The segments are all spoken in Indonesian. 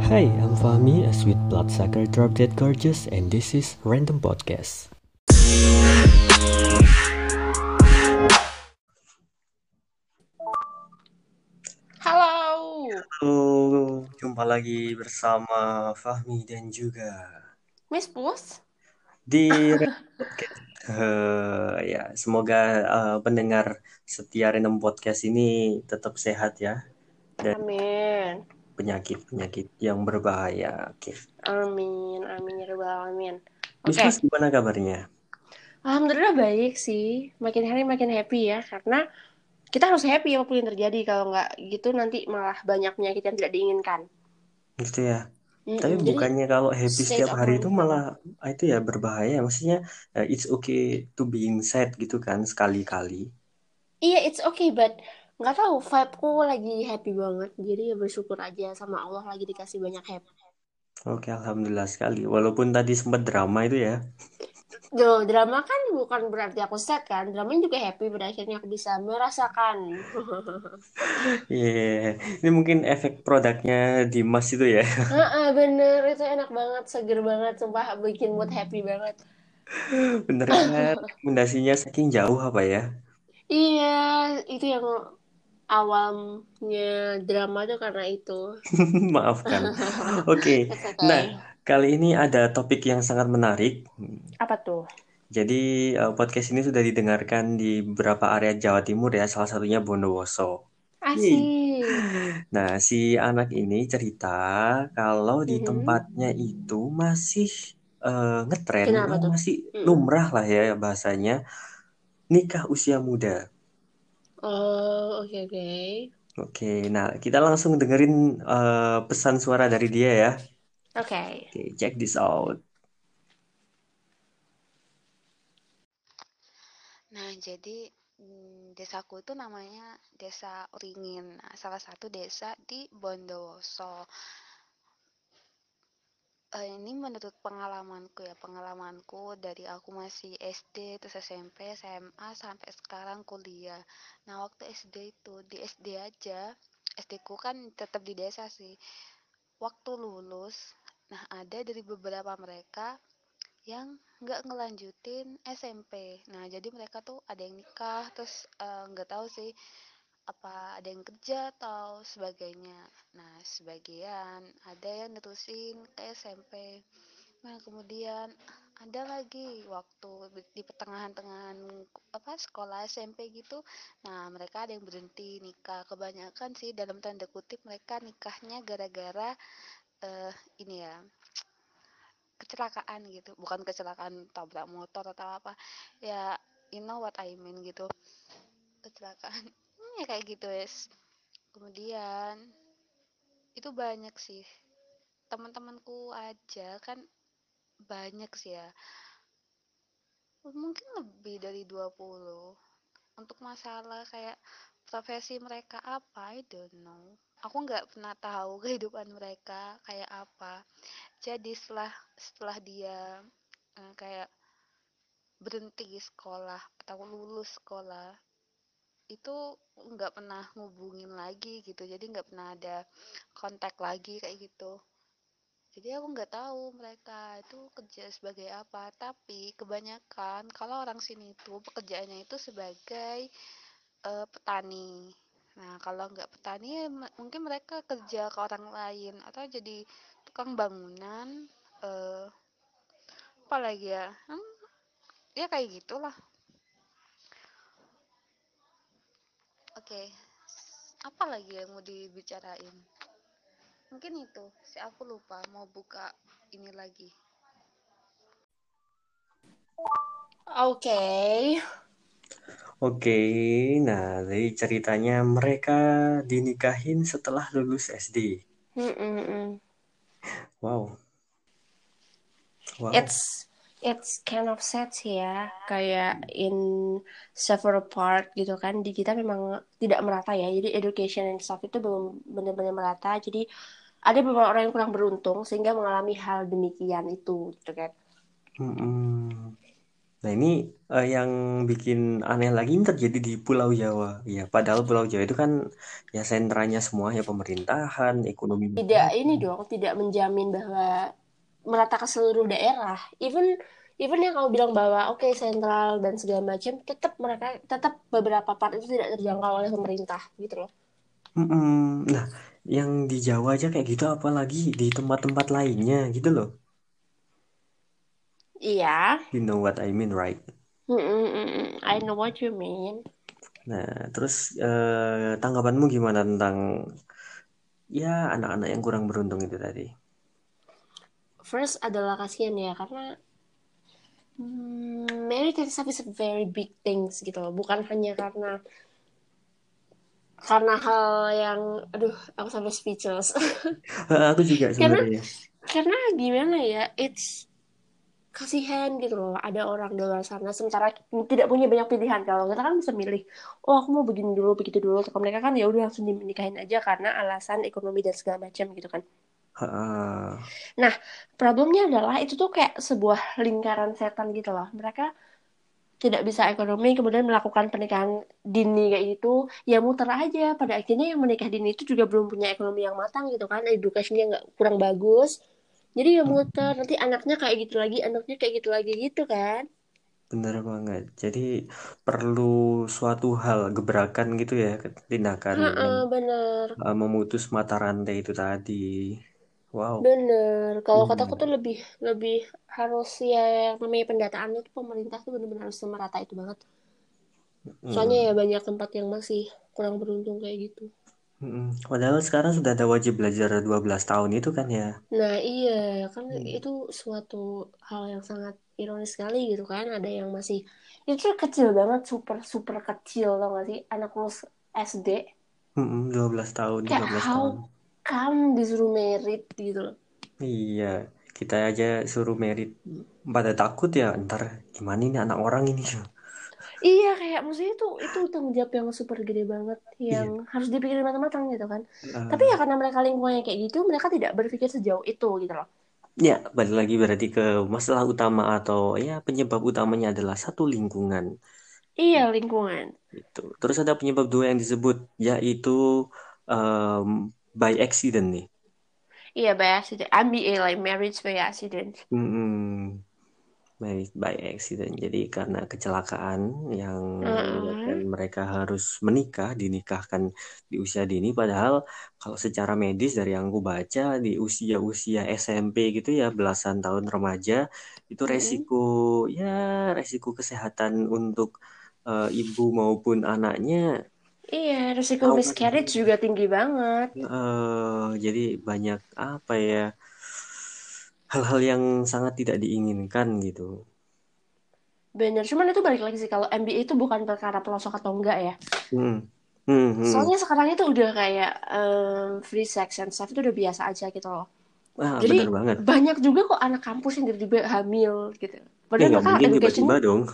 Hi, I'm Fahmi, a sweet bloodsucker drop dead gorgeous, and this is Random Podcast. Halo, Halo, jumpa lagi bersama Fahmi dan juga Miss Pus. di Random Podcast. Ya, semoga pendengar setia Random Podcast ini tetap sehat ya dari Amin, penyakit-penyakit yang berbahaya. Oke, amin, amin ya rabbal alamin. Miss Oke, Pus gimana kabarnya? alhamdulillah baik sih. Makin hari makin happy ya, karena kita harus happy apapun yang terjadi. Kalau nggak gitu nanti malah banyak penyakit yang tidak diinginkan. Gitu ya. Tapi Jadi bukannya kalau happy state setiap of hari mind itu kenapa? malah itu ya berbahaya. Maksudnya it's okay to being sad gitu kan sekali-kali. Iya, it's okay, but nggak tahu vibeku lagi happy banget. Jadi ya bersyukur aja sama Allah lagi dikasih banyak happy. Oke, alhamdulillah sekali. Walaupun tadi sempat drama itu ya. Duh, drama kan bukan berarti aku sad kan. Drama juga happy pada akhirnya aku bisa merasakan. Iya, ini mungkin efek produknya Dimas itu ya. Heeh, bener itu enak banget, seger banget, sumpah bikin mood happy banget. Bener kan? Rekomendasinya saking jauh apa ya? Iya, itu yang awalnya drama tuh karena itu. Maafkan. Oke, It's nah okay. kali ini ada topik yang sangat menarik. Apa tuh? Jadi podcast ini sudah didengarkan di beberapa area Jawa Timur ya, salah satunya Bondowoso. Yeay. Asik. Nah, si anak ini cerita kalau di Mhm. tempatnya itu masih ngetren, Kenapa tuh? masih Mm-mm. lumrah lah ya bahasanya, nikah usia muda. Oh, oke oke. Oke, nah kita langsung dengerin pesan suara dari dia ya. Oke. Oke, check this out. Nah, jadi desaku itu namanya Desa Uringin. Nah, salah satu desa di Bondowoso. Ini menurut pengalamanku dari aku masih SD, terus SMP, SMA, sampai sekarang kuliah. Nah, waktu SD itu, di SD aja, SD ku kan tetap di desa sih. Waktu lulus, nah ada dari beberapa mereka yang nggak ngelanjutin SMP. Nah, jadi mereka tuh ada yang nikah, terus nggak tahu sih apa ada yang kerja atau sebagainya. Nah, sebagian ada yang nerusin ke SMP. Nah, kemudian ada lagi waktu di pertengahan-tengahan sekolah SMP gitu. Nah, mereka ada yang berhenti nikah. Kebanyakan sih dalam tanda kutip mereka nikahnya gara-gara eh, ini ya, kecelakaan gitu. Bukan kecelakaan tabrak motor atau apa. Ya, you know what I mean gitu. Kecelakaan. Ya kayak gitu, wes. Kemudian itu banyak sih teman-temanku aja kan, banyak sih ya, mungkin lebih dari 20 untuk masalah kayak profesi mereka apa, I don't know, aku nggak pernah tahu kehidupan mereka kayak apa. Jadi setelah dia kayak berhenti sekolah atau lulus sekolah itu nggak pernah ngubungin lagi gitu, jadi nggak pernah ada kontak lagi kayak gitu. Jadi aku nggak tahu mereka itu kerja sebagai apa, tapi kebanyakan kalau orang sini itu pekerjaannya itu sebagai petani. Nah, kalau nggak petani mungkin mereka kerja ke orang lain atau jadi tukang bangunan, eh, apa lagi ya, ya kayak gitulah. Oke, apa lagi yang mau dibicarain? Mungkin itu sih, aku lupa mau buka ini lagi. Oke. Oke, nah dari ceritanya mereka dinikahin setelah lulus SD. Mm-mm-mm. Wow, wow. It's kind of sad sih ya, kayak in several part gitu kan. Di kita memang tidak merata ya, jadi education and stuff itu belum benar-benar merata. Jadi ada beberapa orang yang kurang beruntung sehingga mengalami hal demikian itu gitu kan. Mm-mm. Nah ini yang bikin aneh lagi ini terjadi di Pulau Jawa. Ya, padahal Pulau Jawa itu kan ya sentranya semua ya pemerintahan, ekonomi Tidak masyarakat. ini dong, tidak menjamin bahwa merata ke seluruh daerah. Even even yang kamu bilang bahwa oke sentral dan segala macam, tetap mereka tetap beberapa part itu tidak terjangkau oleh pemerintah gitu loh. Mm-mm. Nah, yang di Jawa aja kayak gitu, apalagi di tempat-tempat lainnya gitu loh. Iya. You know what I mean, right? I know what you mean. Nah, terus tanggapanmu gimana tentang ya anak-anak yang kurang beruntung itu tadi? First adalah kasihan ya karena married and stuff is a very big things gitu loh. Bukan hanya karena hal yang aduh aku sampai speechless. Aku juga karena sebenarnya. karena gimana ya, it's kasihan gitu loh ada orang di luar sana sementara tidak punya banyak pilihan. Kalau kita kan bisa milih, oh aku mau begini dulu begitu dulu. Kalau mereka kan ya udah langsung dinikahin aja karena alasan ekonomi dan segala macam gitu kan. Heeh. Nah, problemnya adalah itu tuh kayak sebuah lingkaran setan gitu loh. Mereka tidak bisa ekonomi kemudian melakukan pernikahan dini kayak gitu, ya muter aja. Pada akhirnya yang menikah dini itu juga belum punya ekonomi yang matang gitu kan, edukasinya nggak, kurang bagus, jadi ya muter nanti anaknya kayak gitu lagi, anaknya kayak gitu lagi gitu kan. Bener banget. Jadi perlu suatu hal gebrakan gitu ya, tindakan yang Heeh, bener. memutus mata rantai itu tadi. Wow. Bener, kalau kataku Iya. tuh lebih lebih harus ya yang namanya pendataan itu pemerintah tuh bener-bener harus semerata itu banget. Soalnya ya Mm. banyak tempat yang masih kurang beruntung kayak gitu. Mm. Padahal sekarang sudah ada wajib belajar 12 tahun itu kan ya. Nah iya, kan Hmm. itu suatu hal yang sangat ironis sekali gitu kan. Ada yang masih, itu tuh kecil banget, super super kecil tau gak sih, anak lulus SD. 12 tahun, Kayak 13 how tahun. come disuruh merit gitu loh. Iya, kita aja suruh merit pada takut ya, ntar gimana ini anak orang ini. Iya kayak maksudnya itu tanggung jawab yang super gede banget yang Iya. harus dipikirin matang-matang gitu kan. Tapi ya Eh, karena mereka lingkungannya kayak gitu, mereka tidak berpikir sejauh itu gitu loh. ya, balik lagi berarti ke masalah utama atau ya penyebab utamanya adalah satu lingkungan. Iya lingkungan. Itu. Terus ada penyebab dua yang disebut yaitu em, by accident nih. Iya by accident, MBA like marriage by accident. Mm-mm. Married by accident. Jadi karena kecelakaan yang menyebabkan Heeh. mereka harus menikah, dinikahkan di usia dini. Padahal kalau secara medis dari yang aku baca di usia-usia SMP gitu ya, belasan tahun remaja, itu Mm-mm. resiko ya resiko kesehatan untuk ibu maupun anaknya Iya, risiko tahu kan. miscarriage juga tinggi banget. Jadi banyak apa ya hal-hal yang sangat tidak diinginkan gitu. Bener, cuman itu balik lagi sih kalau MBA itu bukan perkara pelosok atau enggak ya. Hmm. Hmm, hmm. Soalnya sekarang itu udah kayak free sex and stuff itu udah biasa aja gitu loh. Ah, Jadi benar banget. banyak juga kok anak kampus yang tiba-tiba hamil gitu. Ya Padahal nggak mereka mungkin tiba-tiba educationnya dong.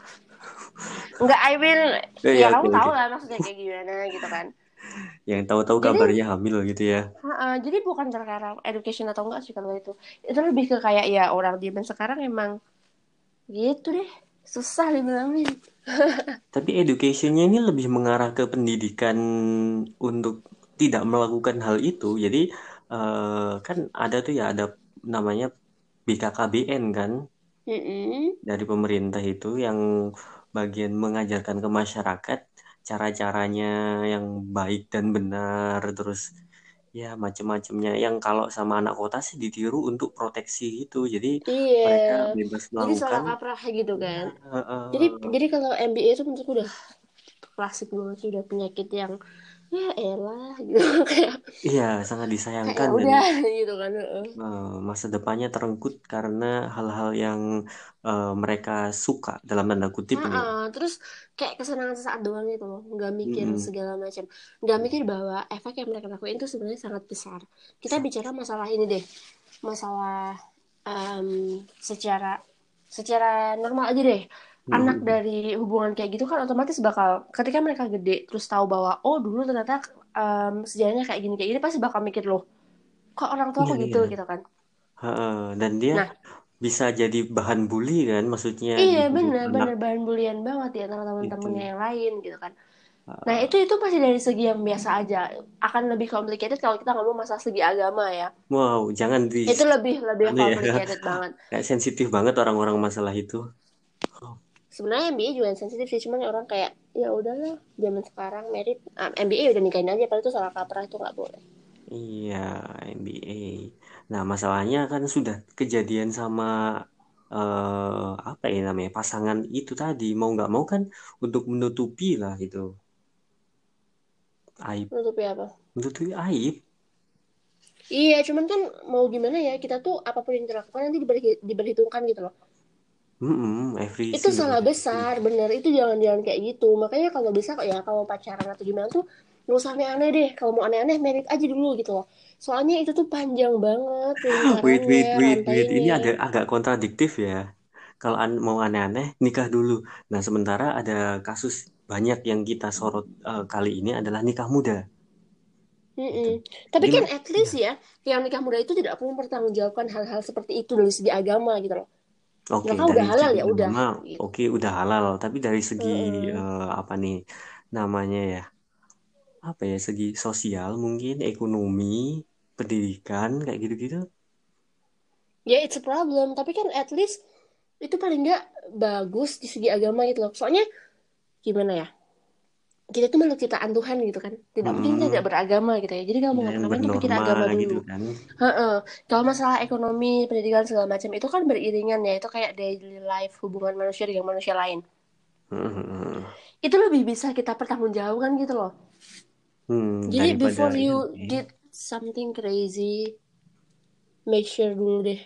enggak, I mean Ya ya oke kamu tahu oke. lah maksudnya kayak gimana gitu kan. Yang tahu-tahu Jadi kabarnya hamil gitu ya. jadi bukan perkara education atau enggak sih kalau itu. Itu lebih ke kayak ya orang zaman sekarang emang gitu deh. Susah dibilangin. Tapi educationnya ini lebih mengarah ke pendidikan untuk tidak melakukan hal itu. Jadi kan ada tuh ya ada namanya BKKBN kan Mm-mm. dari pemerintah itu yang bagian mengajarkan ke masyarakat cara-caranya yang baik dan benar terus ya macam-macamnya yang kalau sama anak kota sih ditiru untuk proteksi itu jadi Iya, mereka bebas jadi melakukan salah kaprah gitu ya kan. Jadi eh, jadi kalau MBA itu menurutku udah klasik banget sih, udah penyakit yang ya elah gitu kayak iya sangat kayak ya disayangkan dan udah gitu kan. masa depannya terenggut karena hal-hal yang mereka suka dalam tanda kutip nih. Terus kayak kesenangan sesaat doang gitu loh, nggak mikir Mm-mm. segala macam, nggak mikir bahwa efek yang mereka lakuin itu sebenarnya sangat besar. Kita bicara masalah ini deh, masalah secara secara normal aja deh. Anak Mm-mm. dari hubungan kayak gitu kan otomatis bakal ketika mereka gede terus tahu bahwa oh dulu ternyata sejarahnya kayak gini pasti bakal mikir loh kok orang tua Iya aku gitu iya. gitu kan. Dan dia Nah bisa jadi bahan bully kan, maksudnya Iya dituduh anak bener bahan bulian banget ya antara teman-temannya itu. yang lain gitu kan. Nah Uh, itu masih dari segi yang biasa aja. Akan lebih complicated kalau kita ngomong masalah segi agama ya. wow, jangan di Itu lebih anu ya, complicated banget. kayak sensitif banget orang-orang masalah itu. Oh, Sebenarnya MBA juga sensitif sih, cuman orang kayak ya udahlah zaman sekarang merit MBA udah nikahin aja, padahal itu salah kaprah, itu nggak boleh. iya, MBA. Nah, masalahnya kan sudah kejadian sama apa ya namanya pasangan itu tadi mau nggak mau kan untuk menutupi lah itu aib, Nutupi apa? menutupi aib. Iya, cuman kan mau gimana ya, kita tuh apapun yang dilakukan nanti diberhitungkan gitu loh. Every Itu single salah decision. besar, bener. Itu jangan-jangan kayak gitu. Makanya kalau bisa kok ya, kalau pacaran atau gimana tuh, nggak usah aneh-aneh deh. Kalau mau aneh-aneh, merit aja dulu gitu loh. Soalnya itu tuh panjang banget Wait, lingkarannya, wait, wait, wait. Ini rantainya. ada agak kontradiktif ya. Kalau mau aneh-aneh, nikah dulu. Nah, sementara ada kasus banyak yang kita sorot kali ini adalah nikah muda. Gitu. Mm-mm. Tapi kan Gimana? at least ya, yang nikah muda itu tidak perlu mempertanggungjawabkan hal-hal seperti itu dari segi agama gitu loh. Oke, Mereka dari udah halal segi ya udah. agama, Gitu. oke udah halal. Tapi dari segi Heeh. apa nih namanya ya? Apa ya? Segi sosial mungkin, ekonomi, pendidikan, kayak gitu-gitu. Ya it's a problem, tapi kan at least itu paling nggak bagus di segi agama gitu loh. Soalnya gimana ya? Kita tuh makhluk ciptaan Tuhan gitu kan. Tidak mungkin kita tidak Mm-mm. beragama gitu ya. Jadi kalau mau Ya, yang ngapa-ngapain tuh pikir bernorma agama gitu dulu. kan. Heeh. Kalau masalah ekonomi, pendidikan segala macam itu kan beriringan ya. Itu kayak daily life hubungan manusia dengan manusia lain. Mm-mm. Itu lebih bisa kita pertanggungjawabkan gitu loh. Jadi Daripada before ya, you oke. did something crazy, make sure dulu deh.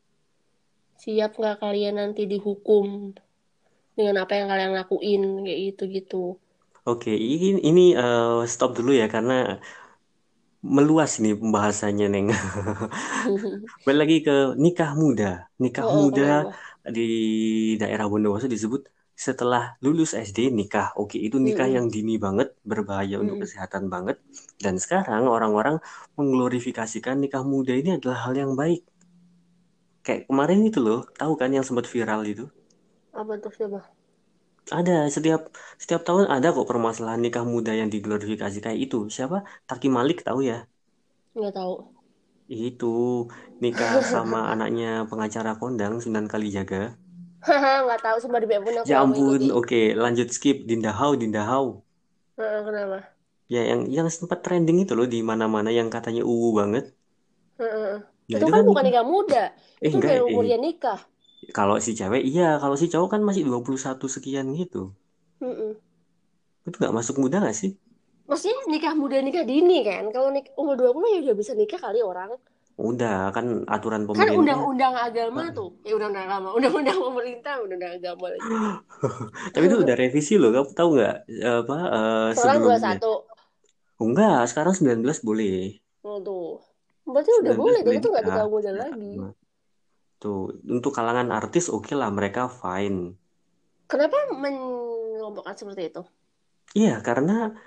Siap nggak kalian nanti dihukum dengan apa yang kalian lakuin kayak gitu-gitu. Oke, ini stop dulu ya karena meluas ini pembahasannya, Neng. Balik lagi ke nikah muda. Nikah Oh, muda kenapa? di daerah Bondowoso disebut setelah lulus SD nikah. Oke, itu nikah Mm-mm. yang dini banget, berbahaya untuk Mm-mm. kesehatan banget. Dan sekarang orang-orang mengglorifikasikan nikah muda ini adalah hal yang baik. Kayak kemarin itu loh, tahu kan yang sempat viral itu? Apa tuh coba? Ada setiap setiap tahun ada kok permasalahan nikah muda yang diglorifikasi kayak itu. Siapa? Taki Malik tahu ya? Nggak tahu. Itu nikah sama anaknya pengacara kondang Sunan Kalijaga. Nggak tahu, semua demi pun aku Ya nggak ampun, mengikuti. oke, lanjut skip. Dinda Hau, Dinda Hau. Kenapa? Ya yang sempat trending itu loh di mana-mana yang katanya banget. Heeh. Nah, Itu itu kan kan bukan nikah. nikah muda. Itu Enggak, udah umurnya nikah. kalau si cewek iya, kalau si cowok kan masih 21 sekian gitu. Mm-mm. Itu nggak masuk muda nggak sih? Maksudnya nikah muda nikah dini kan? Kalau umur 20 ya udah bisa nikah kali orang. Udah, kan aturan Kan pemerintah. undang-undang agama Heeh. tuh. Undang-undang agama. Undang-undang pemerintah, undang-undang agama lagi. Tapi itu udah revisi loh, kamu tahu nggak apa Sekarang sebelumnya? 21. Oh, enggak, sekarang 19 boleh. Oh, tuh. Berarti udah 19 boleh. Dan boleh itu nggak nikah. nikah muda Ya, lagi. tuh, untuk kalangan artis oke lah mereka fine. Kenapa mengelompokkan seperti itu? Iya, karena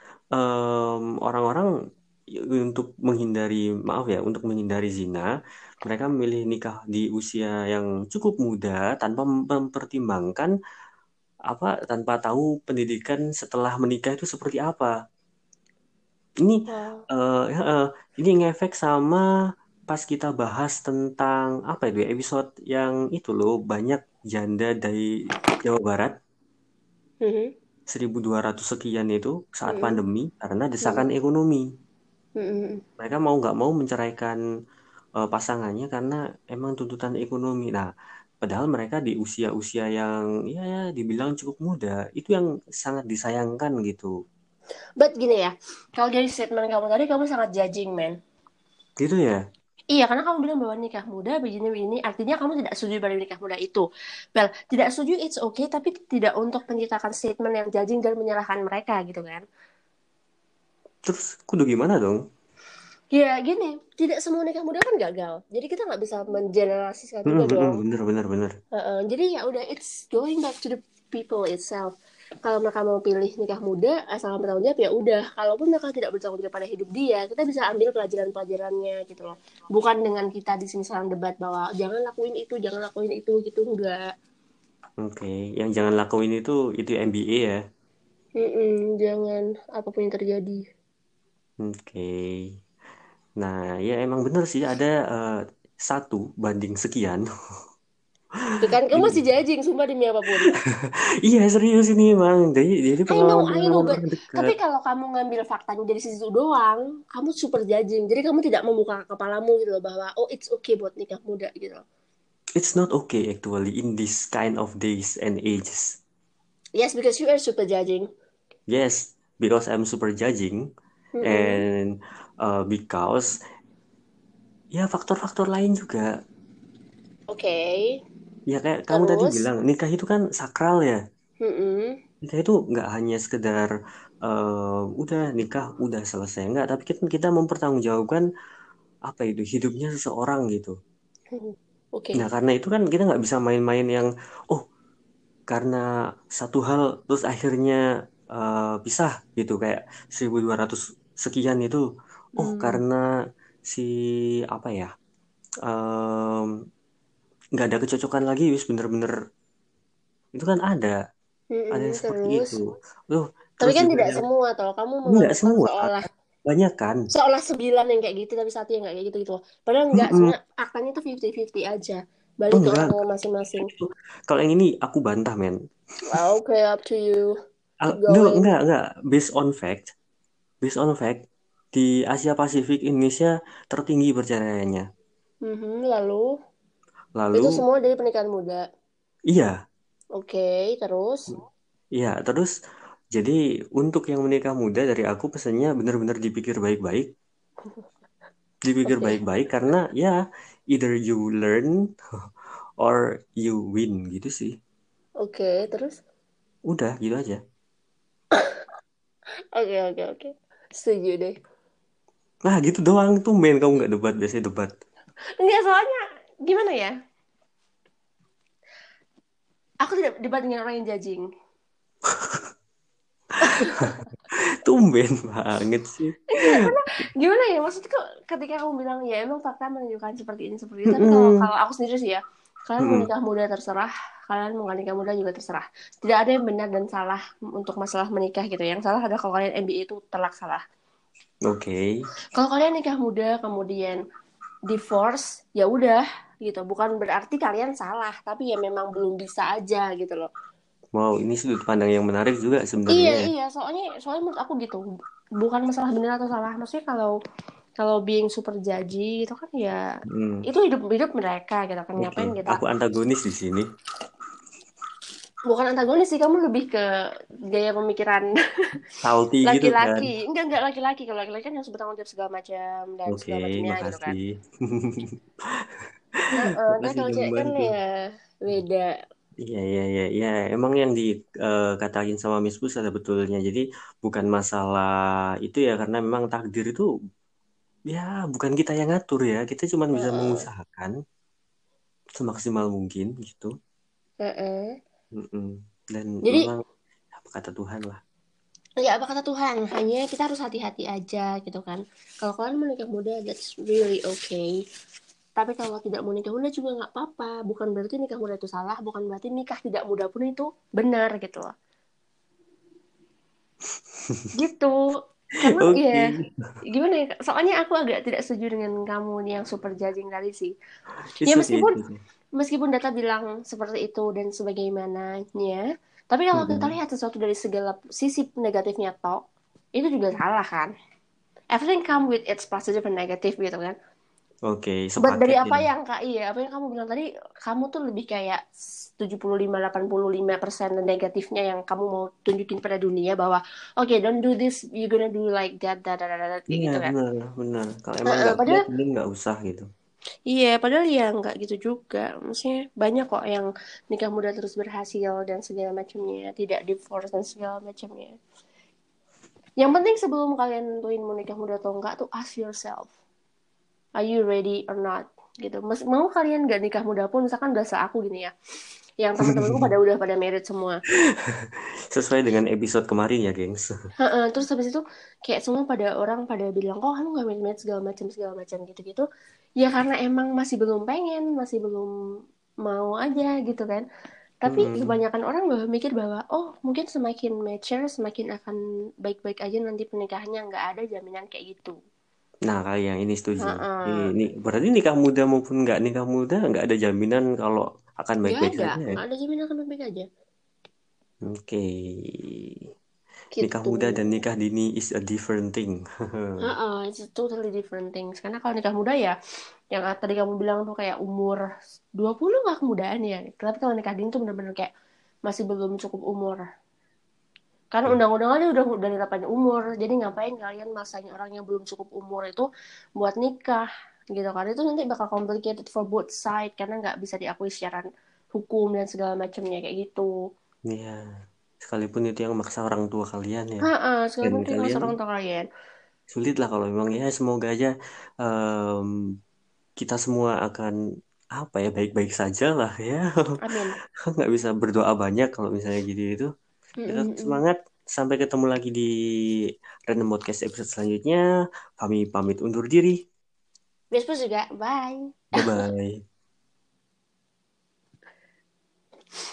orang-orang untuk menghindari, maaf ya, untuk menghindari zina, mereka memilih nikah di usia yang cukup muda tanpa mempertimbangkan apa, tanpa tahu pendidikan setelah menikah itu seperti apa. Ini Wah. ya, ini ngefek sama pas kita bahas tentang apa itu ya, episode yang itu loh banyak janda dari Jawa Barat Mhm. 1.200 sekian itu saat Mhm. pandemi karena desakan Mhm. ekonomi. Mhm. Mereka mau nggak mau menceraikan pasangannya karena emang tuntutan ekonomi. Nah, padahal mereka di usia-usia yang ya dibilang cukup muda, itu yang sangat disayangkan gitu. But gini ya, kalau dari statement kamu tadi, kamu sangat judging, man. Gitu ya. Iya, karena kamu bilang bahwa nikah muda, begini, artinya kamu tidak setuju pada nikah muda itu. Well, tidak setuju, it's okay, tapi tidak untuk menciptakan statement yang judging dan menyalahkan mereka, gitu kan. Terus kudu gimana dong? Ya, gini, tidak semua nikah muda kan gagal. Jadi kita nggak bisa mengeneralisasikan juga dong. Bener bener bener. Jadi ya udah, it's going back to the people itself. Kalau mereka mau pilih nikah muda asal bertanggung jawab ya udah. Kalaupun mereka tidak bertanggung jawab pada hidup dia, kita bisa ambil pelajaran-pelajarannya gitu loh. Bukan dengan kita di sini saling debat bahwa jangan lakuin itu, jangan lakuin itu gitu, enggak. Oke, yang jangan lakuin itu MBA ya. Jangan apapun yang terjadi. Oke. Nah, ya emang bener sih ada 1 banding sekian. Tuh kan kamu masih Ini. judging sumpah demi apapun. Iya serius ini emang. Jadi I know, pengalaman-pengalaman but orang dekat. tapi kalau kamu ngambil faktanya dari sisi itu doang, kamu super judging. Jadi kamu tidak membuka kepalamu gitu loh bahwa oh it's okay buat nikah muda gitu loh. It's not okay actually in this kind of days and ages. Yes, because you are super judging. Yes, because I'm super judging Mm-mm. and because ya faktor-faktor lain juga. Oke. Ya kayak kamu tadi Terus, bilang nikah itu kan sakral ya. mm-mm. Nikah itu nggak hanya sekedar udah nikah udah selesai nggak, tapi kita mempertanggungjawabkan apa itu hidupnya seseorang gitu. Nah Oke. karena itu kan kita nggak bisa main-main yang oh karena satu hal terus akhirnya pisah gitu kayak 1.200 sekian itu oh Hmm. karena si apa ya em, nggak ada kecocokan lagi wis bener-bener itu kan ada yang seperti itu Terus, loh tapi terus kan juga tidak yang semua toh. Kamu nggak menganggapkan semua seolah banyak kan. seolah 9 yang kayak gitu tapi satu yang nggak kayak gitu gitu loh. Padahal enggak, Mm-mm. sebenarnya aktanya tuh 50-50 aja. Oh Balik ke enggak, orangnya masing-masing. kalau yang ini aku bantah men. Okay, up to you. Keep No, going. enggak based on fact di Asia Pasifik Indonesia tertinggi perceraiannya. Lalu, itu Lalu semua dari pernikahan muda. iya. Oke, terus. Iya, terus jadi untuk yang menikah muda dari aku pesannya benar-benar dipikir baik-baik, dipikir Oke, baik-baik karena ya either you learn or you win gitu sih. oke, terus. Udah gitu aja. Oke. Setuju deh. Nah gitu doang tuh main kamu nggak debat biasanya debat. Enggak, soalnya gimana ya? Aku tidak debat dengan orang yang judging. Tumben banget sih. Enggak, karena gimana ya? Maksudku ketika kamu bilang ya emang fakta menunjukkan seperti itu. Tapi kalau Mm-mm. kalau aku sendiri sih ya, kalian mau Mm-mm. nikah muda terserah, kalian mau nggak nikah muda juga terserah. Tidak ada yang benar dan salah untuk masalah menikah gitu. Yang salah ada kalau kalian MBA itu telak salah. Oke. Kalau kalian nikah muda kemudian divorce, ya udah gitu. Bukan berarti kalian salah, tapi ya memang belum bisa aja gitu loh. Wow, ini sudut pandang yang menarik juga Iya, sebenarnya ya. iya, soalnya menurut aku gitu. Bukan masalah benar atau salah. Maksudnya kalau kalau being super judgy gitu kan ya Hmm. itu hidup hidup mereka gitu kan, Oke, ngapain kita. aku antagonis di sini. Bukan antagonis sih, kamu lebih ke gaya pemikiran Salty gitu kan. laki-laki. Enggak laki-laki. Kalau laki-laki kan harus bertanggung jawab segala macam dan Oke, segala macamnya gitu kan. makasih. Tapi Makasih kalau udah cewek kan membantu. ya beda. Iya. Emang yang dikatakan sama Miss Pus ada betulnya. Jadi bukan masalah itu ya, karena memang takdir itu ya bukan kita yang ngatur ya. Kita cuma bisa Heeh. mengusahakan semaksimal mungkin gitu. Heeh. Mm-mm. Dan Jadi memang apa kata Tuhan lah. ya apa kata Tuhan, hanya kita harus hati-hati aja gitu kan. Kalau kalian mau nikah muda, that's really okay. Tapi kalau tidak mau nikah muda juga nggak apa-apa. Bukan berarti nikah muda itu salah, bukan berarti nikah tidak muda pun itu benar gitu loh. Gitu. Karena ya Oke, gimana ya? Soalnya aku agak tidak setuju dengan kamu yang super judging tadi sih. Ya it's okay, meskipun it's okay. meskipun data bilang seperti itu dan sebagaimananya, tapi kalau kita Mm-mm. lihat sesuatu dari segala sisi negatifnya toh, itu juga salah kan? Everything come with its positive and negative gitu kan. Oke, Buat dari sepaket apa ya. yang kak iya apa yang kamu bilang tadi, kamu tuh lebih kayak 75-85% negatifnya yang kamu mau tunjukin pada dunia bahwa oke, don't do this, you gonna do like that, kayak Iya, gitu kan. benar. Kalau emang nggak kuat, Padahal mending nggak usah gitu. iya, padahal ya nggak gitu juga. Maksudnya banyak kok yang nikah muda terus berhasil dan segala macamnya, tidak divorce dan segala macamnya. Yang penting sebelum kalian nentuin mau nikah muda atau enggak tuh ask yourself, are you ready or not? gitu. Mau kalian gak nikah muda pun, misalkan udah aku gini ya, yang teman-temanku udah pada married semua. Sesuai dengan episode kemarin ya, gengs. Terus habis itu kayak semua orang pada bilang kok kamu gak married segala macam gitu-gitu. Ya karena emang masih belum pengen, masih belum mau aja gitu kan. Tapi Mm-mm. kebanyakan orang bahwa mikir bahwa oh mungkin semakin mature semakin akan baik-baik aja nanti pernikahannya, nggak ada jaminan kayak gitu. Nah, kali yang ini setuju. Heeh. Ini berarti nikah muda maupun nggak nikah muda nggak ada jaminan kalau akan baik-baik saja ya. Nggak ada jaminan akan baik-baik aja. Oke. Nikah Gitu. muda dan nikah dini is a different thing. It's a totally different things. Karena kalau nikah muda ya, yang tadi kamu bilang tuh kayak umur 20 nggak kemudaan ya. Tapi kalau nikah dini tuh bener-bener kayak masih belum cukup umur. Karena undang-undangnya udah netapin umur. Jadi ngapain kalian masanya orang yang belum cukup umur itu buat nikah gitu kan. Itu nanti bakal complicated for both side karena nggak bisa diakui secara hukum dan segala macamnya kayak gitu. Ya, sekalipun itu yang maksa orang tua kalian ya. Dan Sekalipun itu kalian seorang tua kalian. sulit lah kalau memang ya semoga aja em, kita semua akan apa ya baik-baik saja lah ya. Amin. Nggak bisa berdoa banyak kalau misalnya gitu itu. Tetap Mm-mm-mm. semangat. Sampai ketemu lagi di Random Podcast episode selanjutnya. Kami pamit undur diri. Besok juga, bye. Bye-bye.